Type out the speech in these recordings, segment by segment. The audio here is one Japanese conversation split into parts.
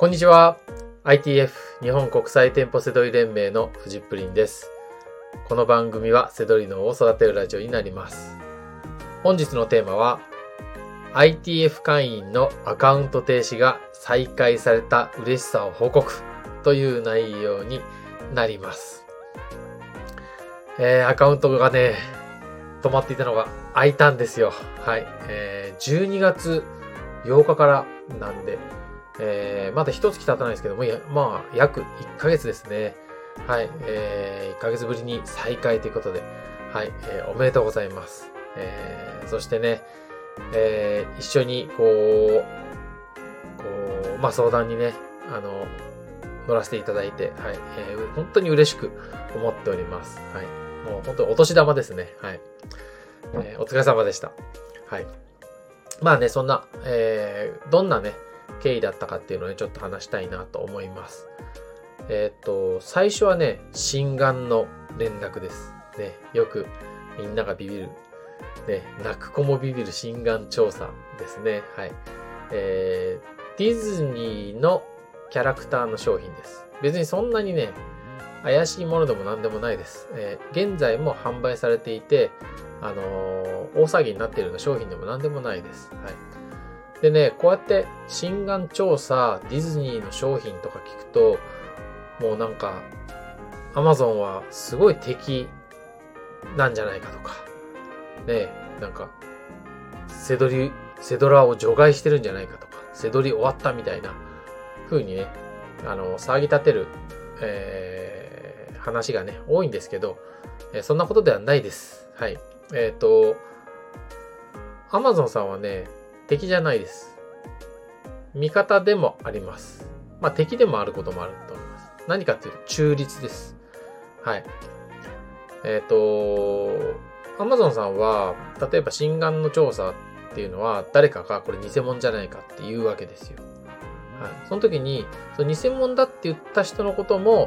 こんにちは。ITF 日本国際店舗セドリ連盟のフジップリンです。この番組はセドリ脳を育てるラジオになります。本日のテーマは ITF 会員のアカウント停止が再開された嬉しさを報告という内容になります。アカウントがね、止まっていたのが開いたんですよ。はい。12月8日からなんで、まだ一月経たないですけども、約1ヶ月ですね。はい。1ヶ月ぶりに再開ということで、はい。おめでとうございます。そしてね、一緒に相談にね、乗らせていただいて、はい。本当に嬉しく思っております。はい。もう本当にお年玉ですね。はい。お疲れ様でした。はい。まあね、そんな、どんなね、経緯だったかっていうのをね、ちょっと話したいなと思います。最初はね、心眼の連絡です。ね、よくみんながビビる、ね、泣く子もビビる心眼調査ですね。はい。ディズニーのキャラクターの商品です。別にそんなにね、怪しいものでも何でもないです。現在も販売されていて、大騒ぎになっているような商品でも何でもないです。はい。でね、こうやって心眼調査、ディズニーの商品とか聞くと、もうなんか、Amazon はすごい敵なんじゃないかとか、ね、なんか、セドラを除外してるんじゃないかとか、セドリ終わったみたいな風にね、騒ぎ立てる、話がね、多いんですけど、そんなことではないです。はい。Amazon さんはね、敵じゃないです。味方でもあります。まあ敵でもあることもあると思います。何かっていうと中立です。はい。Amazon さんは、例えば心眼の調査っていうのは誰かがこれ偽物じゃないかって言うわけですよ。はい。その時に、その偽物だって言った人のことも、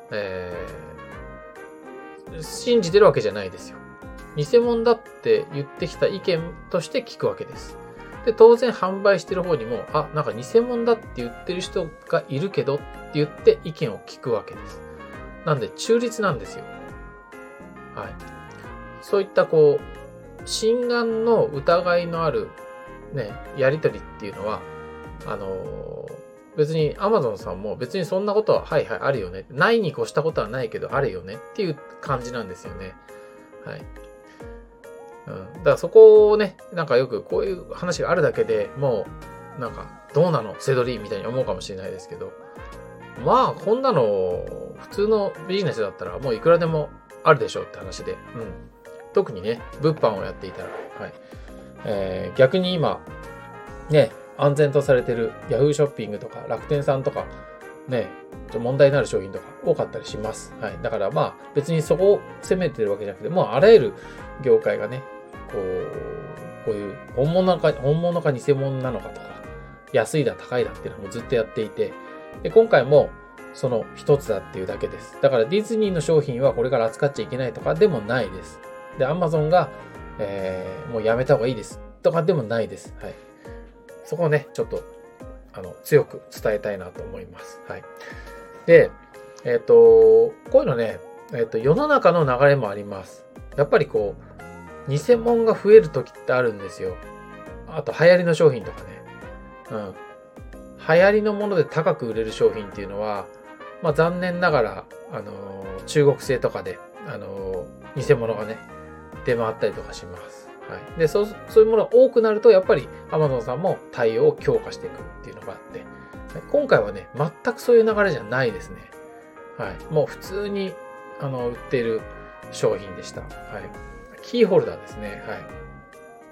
信じてるわけじゃないですよ。偽物だって言ってきた意見として聞くわけです。で、当然販売してる方にも、なんか偽物だって言ってる人がいるけどって言って意見を聞くわけです。なんで中立なんですよ。はい。そういった心眼の疑いのあるね、やりとりっていうのは、別に Amazon さんも別にそんなことは、はいはい、あるよね。ないに越したことはないけど、あるよねっていう感じなんですよね。はい。だからそこをね、なんかよくこういう話があるだけでもう、なんか、どうなのセドリみたいに思うかもしれないですけど、まあ、こんなの、普通のビジネスだったらもういくらでもあるでしょうって話で、特にね、物販をやっていたら、はい。逆に今、ね、安全とされてる Yahoo ショッピングとか楽天さんとか、ね、問題になる商品とか多かったりします。はい。だからまあ、別にそこを責めてるわけじゃなくて、もうあらゆる業界がね、こういう本物か偽物なのかとか、安いだ高いだっていうのもずっとやっていて、で、今回もその一つだっていうだけです。だからディズニーの商品はこれから扱っちゃいけないとかでもないです。で、Amazon が、もうやめた方がいいですとかでもないです。はい。そこをね、ちょっと、強く伝えたいなと思います。はい。で、こういうのね、世の中の流れもあります。やっぱり偽物が増える時ってあるんですよ。あと流行りの商品とかね。流行りのもので高く売れる商品っていうのは、まあ残念ながら、中国製とかで、偽物がね、出回ったりとかします。はい。で、そういうものが多くなると、やっぱり Amazon さんも対応を強化していくっていうのがあって、今回はね、全くそういう流れじゃないですね。はい。もう普通に、売っている商品でした。はい。キーホルダーですね。はい。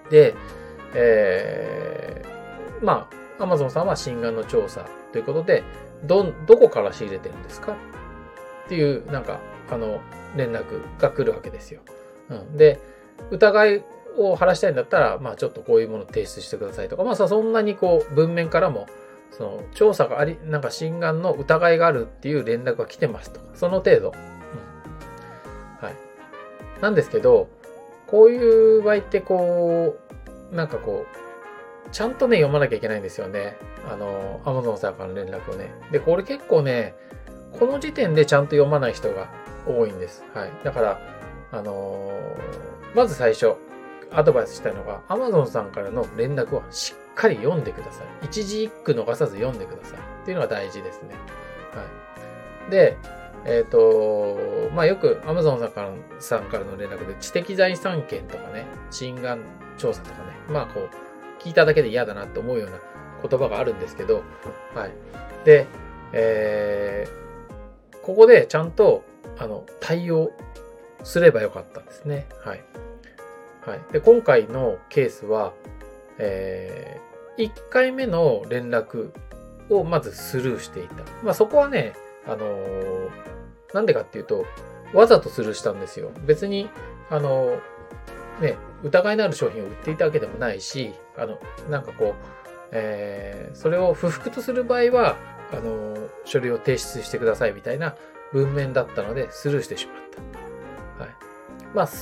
で、まあ、Amazon さんは心眼の調査ということで、どこから仕入れてるんですかっていう、なんか、連絡が来るわけですよ。で、疑いを晴らしたいんだったら、まあちょっとこういうものを提出してくださいとか、まあそんなに文面からも、その調査がなんか心眼の疑いがあるっていう連絡が来てますとか、その程度。はい。なんですけど、こういう場合ってなんかちゃんとね、読まなきゃいけないんですよね。Amazon さんからの連絡をね。で、これ結構ね、この時点でちゃんと読まない人が多いんです。はい。だから、まず最初、アドバイスしたいのが、Amazon さんからの連絡をしっかり読んでください。一字一句逃さず読んでください。っていうのが大事ですね。はい。で、よく Amazon さんからの連絡で知的財産権とかね、心眼調査とかね、聞いただけで嫌だなって思うような言葉があるんですけど、はい。で、ここでちゃんと、対応すればよかったんですね。はい。はい。で、今回のケースは、1回目の連絡をまずスルーしていた。そこはね、なんでかっていうと、わざとスルーしたんですよ。別に、疑いのある商品を売っていたわけでもないし、それを不服とする場合は、書類を提出してくださいみたいな文面だったので、スルーしてしまった。はい。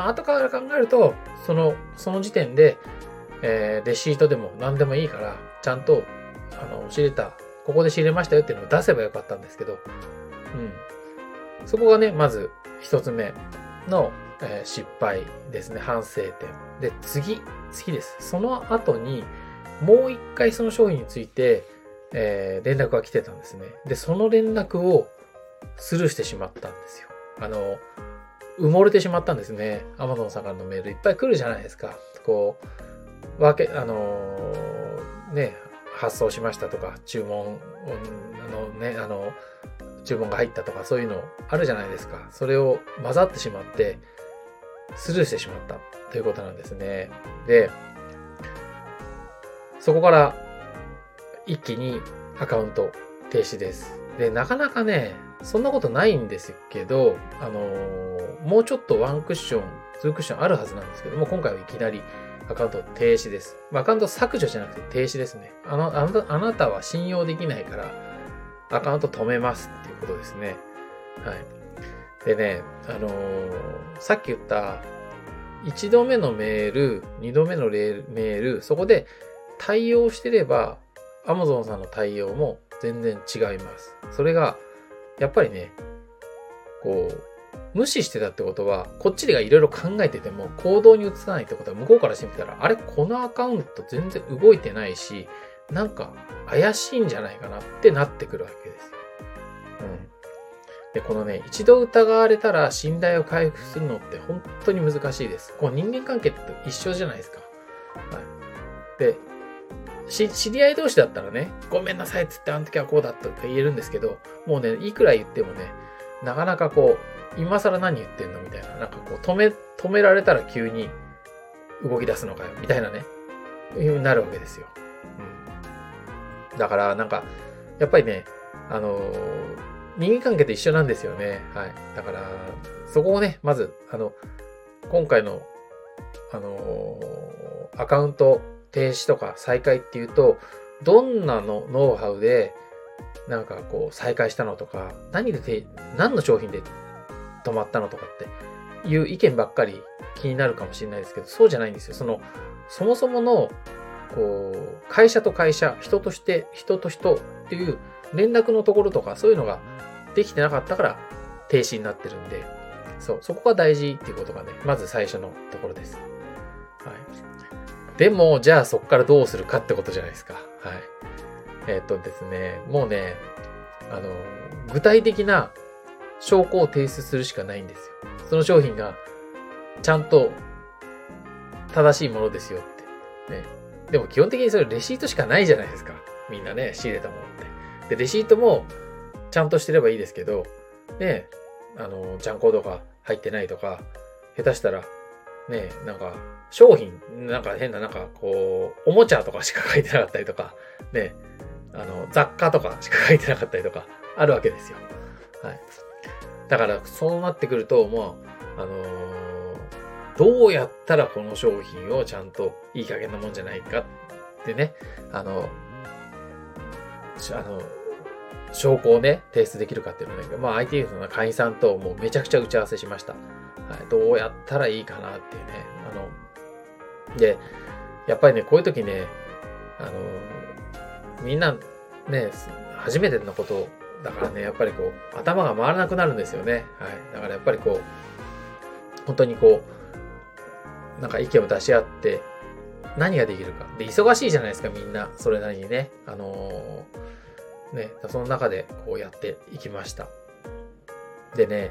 後から考えると、その時点で、レシートでも何でもいいから、ちゃんと、仕入れた、ここで仕入れましたよっていうのを出せばよかったんですけど、そこがね、まず一つ目の、失敗ですね。反省点。で、次です。その後に、もう一回その商品について、連絡が来てたんですね。で、その連絡をスルーしてしまったんですよ。埋もれてしまったんですね。Amazon さんからのメールいっぱい来るじゃないですか。発送しましたとか、注文が入ったとか、そういうのあるじゃないですか。それを混ざってしまって、スルーしてしまったということなんですね。で、そこから一気にアカウント停止です。で、なかなかね、そんなことないんですけど、もうちょっとワンクッション、ツークッションあるはずなんですけども、今回はいきなりアカウント停止です。アカウント削除じゃなくて停止ですね。あなたは信用できないから、アカウント止めますっていうことですね。はい。でね、さっき言った1度目のメール、2度目のメール、そこで対応してれば、Amazon さんの対応も全然違います。それが、やっぱりね、無視してたってことは、こっちでいろいろ考えてても行動に移さないってことは、向こうからしてみたら、あれこのアカウント全然動いてないし、なんか怪しいんじゃないかなってなってくるわけですよ。で、このね、一度疑われたら信頼を回復するのって本当に難しいです。人間関係って一緒じゃないですか。はい。で、知り合い同士だったらね、ごめんなさいっつってあの時はこうだったとか言えるんですけど、もうね、いくら言ってもね、なかなか今更何言ってんのみたいな。止められたら急に動き出すのかよみたいなね、になるわけですよ。だから、やっぱりね、人間関係と一緒なんですよね。はい。だから、そこをね、まず、今回の、アカウント停止とか再開っていうと、どんなノウハウで、再開したのとか、何の商品で止まったのとかっていう意見ばっかり気になるかもしれないですけど、そうじゃないんですよ。そもそもの、会社と会社、人と人っていう連絡のところとか、そういうのができてなかったから停止になってるんで、そこが大事っていうことがね、まず最初のところです。はい。でも、じゃあそこからどうするかってことじゃないですか。はい。ですね、もうね、具体的な証拠を提出するしかないんですよ。その商品がちゃんと正しいものですよって。ね。でも基本的にそれレシートしかないじゃないですか。みんなね、仕入れたものって。で、レシートもちゃんとしてればいいですけど、ね、ジャンコードが入ってないとか、下手したら、ね、商品、変な、おもちゃとかしか書いてなかったりとか、ね、雑貨とかしか書いてなかったりとか、あるわけですよ。はい。だから、そうなってくると、もう、どうやったらこの商品をちゃんといい加減なもんじゃないかってね、証拠をね、提出できるかっていうのね、IT の会員さんともうめちゃくちゃ打ち合わせしました。はい。どうやったらいいかなっていうね。で、 やっぱりね、こういう時ね、みんなね、初めてのことだからね、やっぱりこう、頭が回らなくなるんですよね。はい。だからやっぱりこう、本当にこう、なんか意見を出し合って、何ができるか。で、忙しいじゃないですか、みんな。それなりにね。ね、その中でこうやっていきました。でね、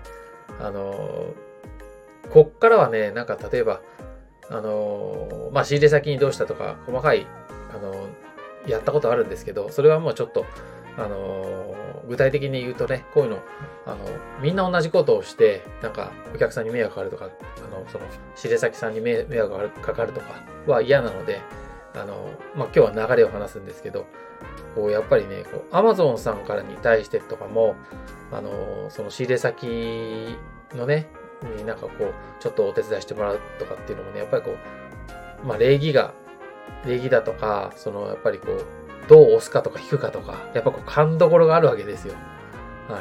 こっからはね、なんか例えば、まあ、仕入れ先にどうしたとか、細かい、やったことあるんですけど、それはもうちょっと、具体的に言うとね、こういうの、みんな同じことをして、なんか、お客さんに迷惑かかるとか、その、仕入れ先さんに迷惑かかるとかは嫌なので、まあ、今日は流れを話すんですけど、こう、やっぱりね、こう、Amazon さんからに対してとかも、その仕入れ先のね、になんかこう、ちょっとお手伝いしてもらうとかっていうのもね、やっぱりこう、まあ、礼儀だとか、その、やっぱりこう、どう押すかとか引くかとか、やっぱこう、勘どころがあるわけですよ。はい。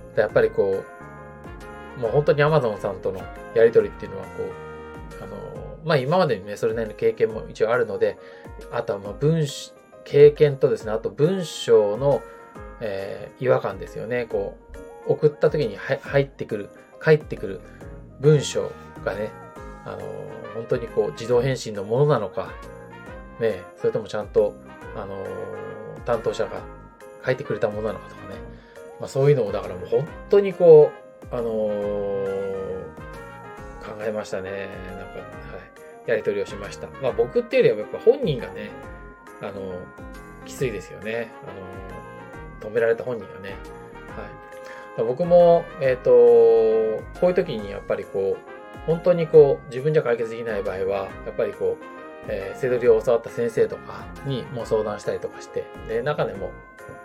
でやっぱりこう、もう本当に Amazon さんとのやりとりっていうのはこう、まあ今までにね、それなりの経験も一応あるので、あとはまあ経験とですね、あと文章の、違和感ですよね。こう、送った時に返ってくる文章がね、本当にこう、自動返信のものなのか、ね、それともちゃんと、担当者が書いてくれたものなのかとかね。まあそういうのをだからもう本当にこう、考えましたね。なんか、はい。やり取りをしました。まあ僕っていうよりはやっぱ本人がね、きついですよね。止められた本人がね。はい。僕も、こういう時にやっぱりこう、本当にこう、自分じゃ解決できない場合は、やっぱりこう、セドリを教わった先生とかにも相談したりとかして、で、中でも、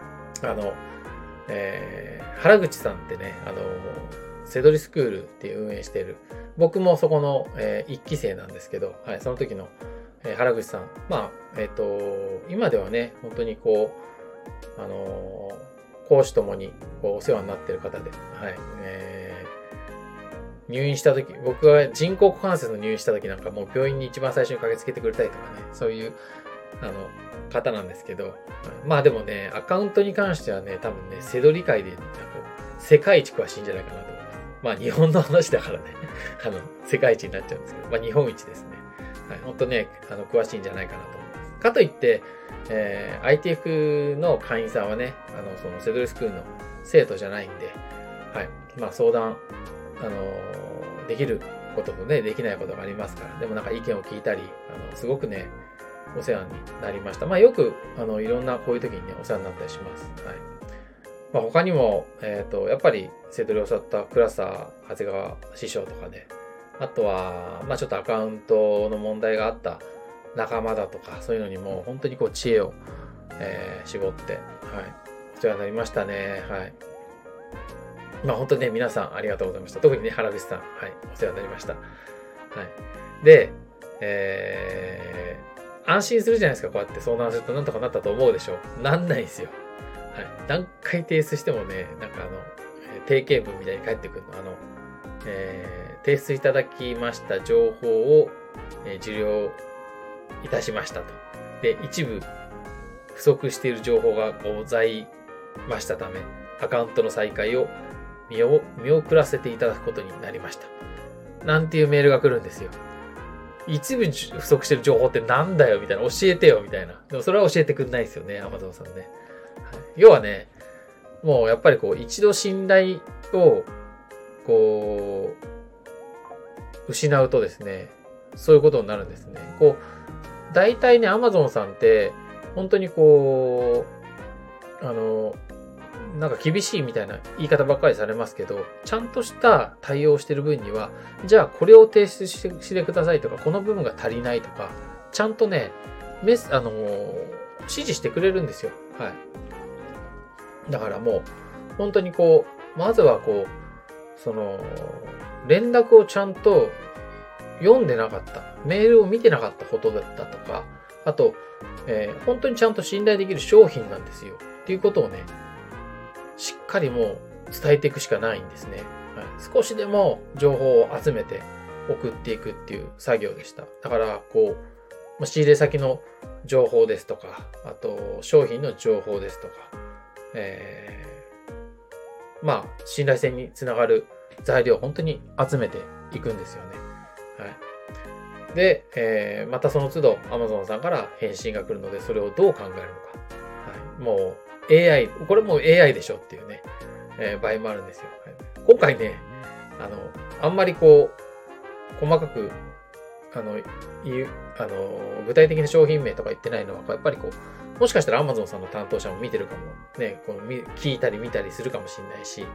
原口さんってね、セドリスクールっていう運営している、僕もそこの、一期生なんですけど、はい、その時の、原口さん。まあ、今ではね、本当にこう、講師ともにこうお世話になっている方で、はい、入院した時、僕が人工股関節の入院した時なんかもう病院に一番最初に駆けつけてくれたりとかね、そういう、方なんですけど、まあでもね、アカウントに関してはね、多分ね、セドリ界で、世界一詳しいんじゃないかなと思います。まあ日本の話だからね、世界一になっちゃうんですけど、まあ日本一ですね。はい、本当ね、詳しいんじゃないかなと思います。かといって、ITF の会員さんはね、そのセドリスクールの生徒じゃないんで、はい、まあ相談、できることとね、できないことがありますから、でもなんか意見を聞いたり、すごくね、お世話になりました。まあよく、いろんなこういう時にね、お世話になったりします。はい。まあ他にも、やっぱり、セドリを教わったクラスター、長谷川師匠とかね、あとは、まあちょっとアカウントの問題があった仲間だとか、そういうのにも、本当にこう知恵を、絞って、はい、お世話になりましたね。はい。まあ本当にね、皆さんありがとうございました。特にね、原口さん、はい、お世話になりました。はい。で、安心するじゃないですか、こうやって相談するとなんとかなったと思うでしょ。なんないんですよ。はい。何回提出してもね、なんか定型文みたいに返ってくるの。提出いただきました情報を、受領いたしましたと。で、一部不足している情報がございましたため、アカウントの再開を見送らせていただくことになりました。なんていうメールが来るんですよ。一部不足してる情報ってなんだよみたいな。教えてよみたいな。でもそれは教えてくんないですよね。Amazon さんね。はい、要はね、もうやっぱりこう一度信頼をこう失うとですね、そういうことになるんですね。こう、大体ね、Amazon さんって本当にこう、なんか厳しいみたいな言い方ばっかりされますけど、ちゃんとした対応してる分には、じゃあこれを提出してくださいとか、この部分が足りないとか、ちゃんとね、指示してくれるんですよ。はい。だからもう、本当にこう、まずはこう、連絡をちゃんと読んでなかった、メールを見てなかったことだったとか、あと、本当にちゃんと信頼できる商品なんですよ。っていうことをね、しっかりもう伝えていくしかないんですね。はい、少しでも情報を集めて送っていくっていう作業でした。だから、こう、 仕入れ先の情報ですとか、あと商品の情報ですとか、信頼性につながる材料を本当に集めていくんですよね。はい。で、またその都度 Amazon さんから返信が来るので、それをどう考えるのか。はい、もう AI、これもう AI でしょっていうね、場合もあるんですよ。はい、今回ね、あんまり細かく、具体的な商品名とか言ってないのは、やっぱりもしかしたら Amazon さんの担当者も見てるかも、ね、聞いたり見たりするかもしれないし、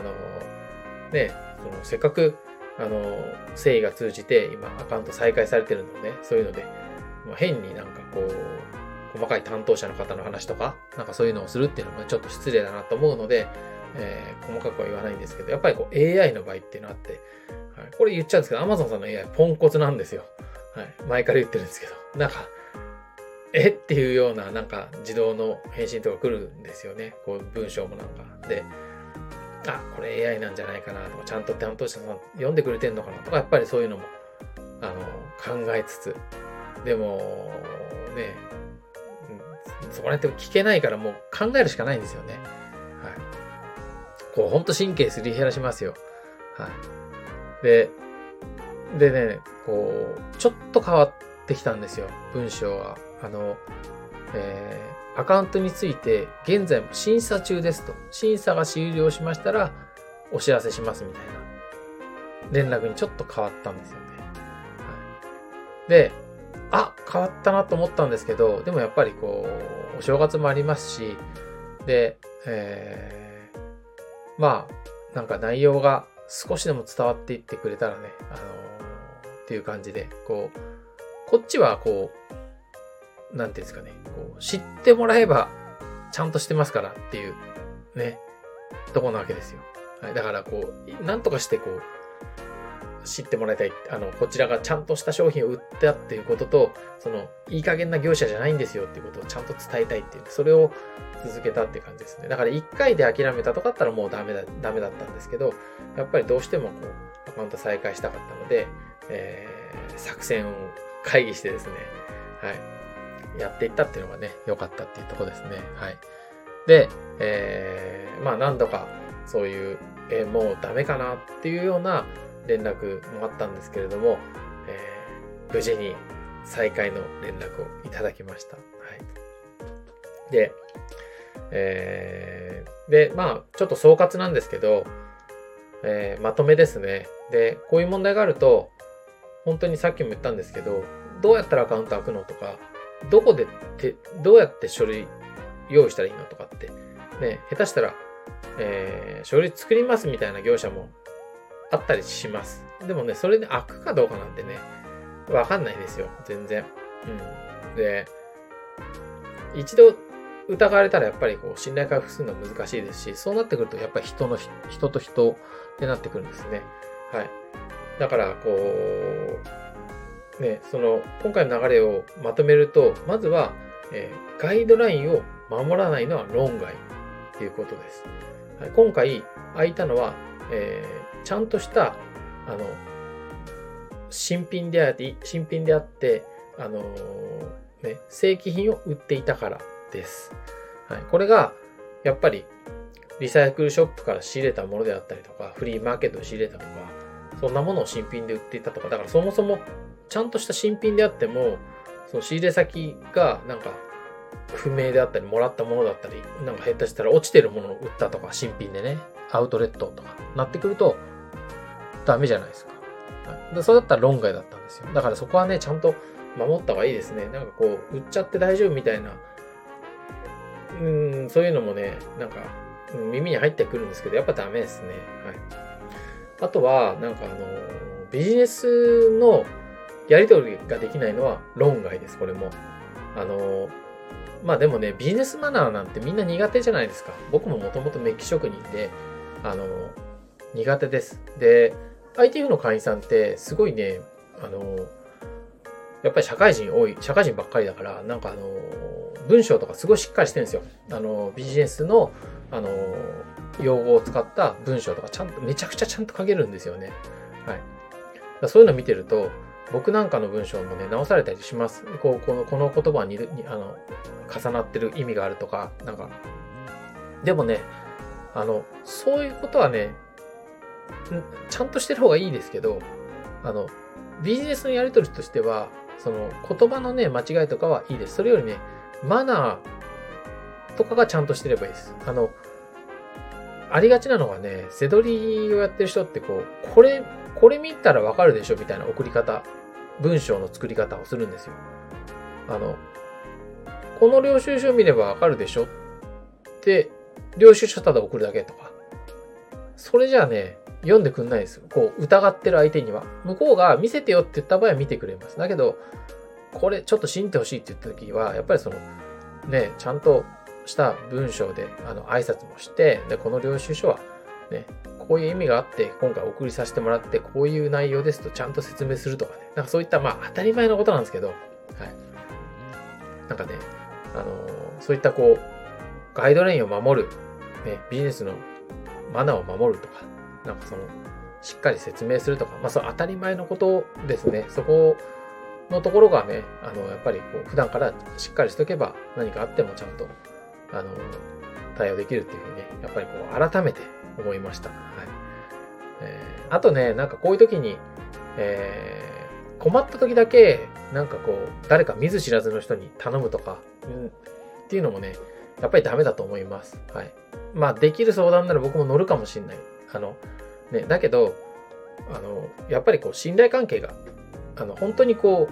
せっかく、誠意が通じて今アカウント再開されてるので、そういうので、変に細かい担当者の方の話とか、そういうのをするっていうのもちょっと失礼だなと思うので、細かくは言わないんですけど、やっぱりAI の場合っていうのがあって、はい、これ言っちゃうんですけど、Amazon さんの AI ポンコツなんですよ。はい。前から言ってるんですけど、っていうような、自動の返信とか来るんですよね。文章もで、これ AI なんじゃないかなとか、ちゃんと担当者さん読んでくれてんのかなとか、やっぱりそういうのも、考えつつ、でも、ね、そこら辺って聞けないからもう考えるしかないんですよね。はい。ほんと神経すり減らしますよ。はい。でね、ちょっと変わってきたんですよ、文章が。アカウントについて、現在も審査中ですと。審査が終了しましたら、お知らせしますみたいな連絡にちょっと変わったんですよね。はい、で、変わったなと思ったんですけど、でもやっぱりお正月もありますし、で、内容が少しでも伝わっていってくれたらね、っていう感じで、こっちはなんていうんですかね、知ってもらえばちゃんとしてますからっていうね、とこなわけですよ。はい、だからなんとかして知ってもらいたい。こちらがちゃんとした商品を売ったっていうことと、いい加減な業者じゃないんですよっていうことをちゃんと伝えたいっていう、それを続けたっていう感じですね。だから1回で諦めたとかだったらもうダメだったんですけど、やっぱりどうしてもアカウント再開したかったので、作戦を会議してですね、はい。やっていったっていうのがね、良かったっていうところですね。はい。で、何度かそういう、もうダメかなっていうような連絡もあったんですけれども、無事に再開の連絡をいただきました。はい。で、ちょっと総括なんですけど、まとめですね。で、こういう問題があると、本当にさっきも言ったんですけど、どうやったらアカウント開くのとか、どうやって書類用意したらいいのとかって、ね、下手したら、書類作りますみたいな業者もあったりします。でもね、それで開くかどうかなんてね、わかんないですよ、全然。うん。で、一度疑われたらやっぱり信頼回復するのは難しいですし、そうなってくるとやっぱり人と人ってなってくるんですね。はい。だから今回の流れをまとめると、まずは、ガイドラインを守らないのは論外ということです。はい、今回開いたのは、ちゃんとした新品であって、正規品を売っていたからです。はい、これがやっぱりリサイクルショップから仕入れたものであったりとか、フリーマーケットで仕入れたとか、そんなものを新品で売っていたとか、だからそもそもちゃんとした新品であっても、その仕入れ先が不明であったり、もらったものだったり、下手したら落ちてるものを売ったとか、新品でね、アウトレットとかなってくるとダメじゃないですか。はい、それだったら論外だったんですよ。だからそこはね、ちゃんと守った方がいいですね。売っちゃって大丈夫みたいな、そういうのもね、耳に入ってくるんですけど、やっぱダメですね。はい。あとは、ビジネスのやり取りができないのは論外です、これも。でもね、ビジネスマナーなんてみんな苦手じゃないですか。僕ももともとメッキ職人で、苦手です。で、ITF の会員さんってすごいね、やっぱり社会人ばっかりだから、文章とかすごいしっかりしてるんですよ。ビジネスの、用語を使った文章とかめちゃくちゃちゃんと書けるんですよね。はい。そういうのを見てると、 僕なんかの文章もね、直されたりします。この言葉に重なってる意味があるとか、なんか、でもね、そういうことはね、ちゃんとしてる方がいいですけど、ビジネスのやり取りとしては、その言葉のね、間違いとかはいいです。それよりね、マナーとかがちゃんとしてればいいです。ありがちなのはね、背取りをやってる人ってこれ見たらわかるでしょみたいな送り方、文章の作り方をするんですよ。この領収書見ればわかるでしょって、領収書ただ送るだけとか。それじゃあね、読んでくんないですよ。疑ってる相手には。向こうが見せてよって言った場合は見てくれます。だけど、これちょっと信じてほしいって言った時は、やっぱりね、ちゃんとした文章で、挨拶もして、で、この領収書は、ね、こういう意味があって、今回送りさせてもらって、こういう内容ですとちゃんと説明するとかね。なんかそういった、当たり前のことなんですけど、はい。なんかね、そういったガイドラインを守る、ね、ビジネスのマナーを守るとか、なんかしっかり説明するとか、その当たり前のことですね。そこのところがね、やっぱり普段からしっかりしとけば何かあってもちゃんと、対応できるっていうふうにね、やっぱり改めて思いました。はい。あとね、なんかこういう時に、困った時だけ、なんか誰か見ず知らずの人に頼むとか、っていうのもね、やっぱりダメだと思います。はい。できる相談なら僕も乗るかもしれない。ね、だけど、やっぱり信頼関係が、本当に普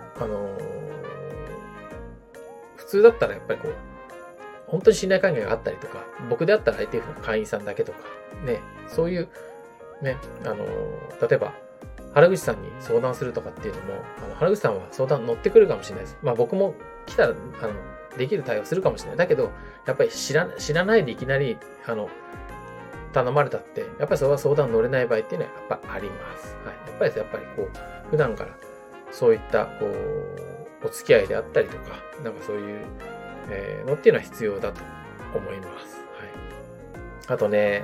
通だったらやっぱり本当に信頼関係があったりとか、僕であったら ITF の会員さんだけとか、ね、そういう、ね、例えば、原口さんに相談するとかっていうのも、原口さんは相談乗ってくるかもしれないです。僕も来たら、できる対応するかもしれない。だけど、やっぱり知らないでいきなり、頼まれたって、やっぱりそれは相談乗れない場合っていうのはやっぱあります。はい。やっぱり普段からそういったお付き合いであったりとか、なんかそういう、のっていうのは必要だと思います。はい。あとね、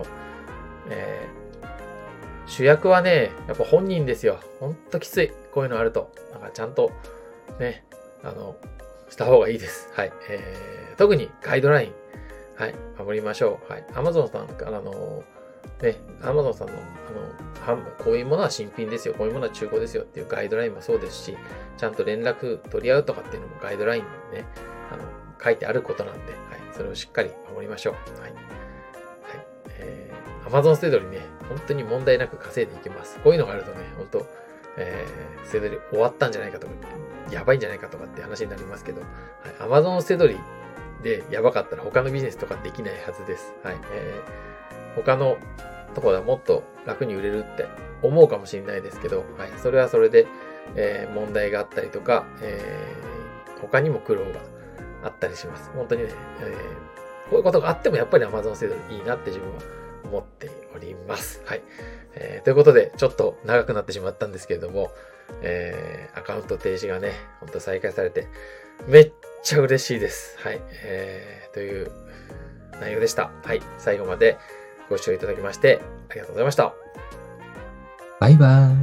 主役はね、やっぱ本人ですよ。ほんときつい。こういうのあると。なんかちゃんと、ね、した方がいいです。はい。特にガイドライン。はい。守りましょう。はい。Amazon さんからAmazon さんの、こういうものは新品ですよ。こういうものは中古ですよっていうガイドラインもそうですし、ちゃんと連絡取り合うとかっていうのもガイドラインにね、書いてあることなんで、はい。それをしっかり守りましょう。はい。はい。Amazon セドリね、本当に問題なく稼いでいきます。こういうのがあるとね、本当セドリ終わったんじゃないかとか、やばいんじゃないかとかって話になりますけど、はい。Amazon セドリでやばかったら他のビジネスとかできないはずです。はい。他のところはもっと楽に売れるって思うかもしれないですけど、はい。それはそれで、問題があったりとか、他にも苦労があったりします。本当にね、こういうことがあってもやっぱり Amazon セドリいいなって自分は思っております。はい。ということで、ちょっと長くなってしまったんですけれども、アカウント停止がね、ほんと再開されて、めっちゃ嬉しいです。はい。という内容でした。はい。最後までご視聴いただきまして、ありがとうございました。 バイバーイ。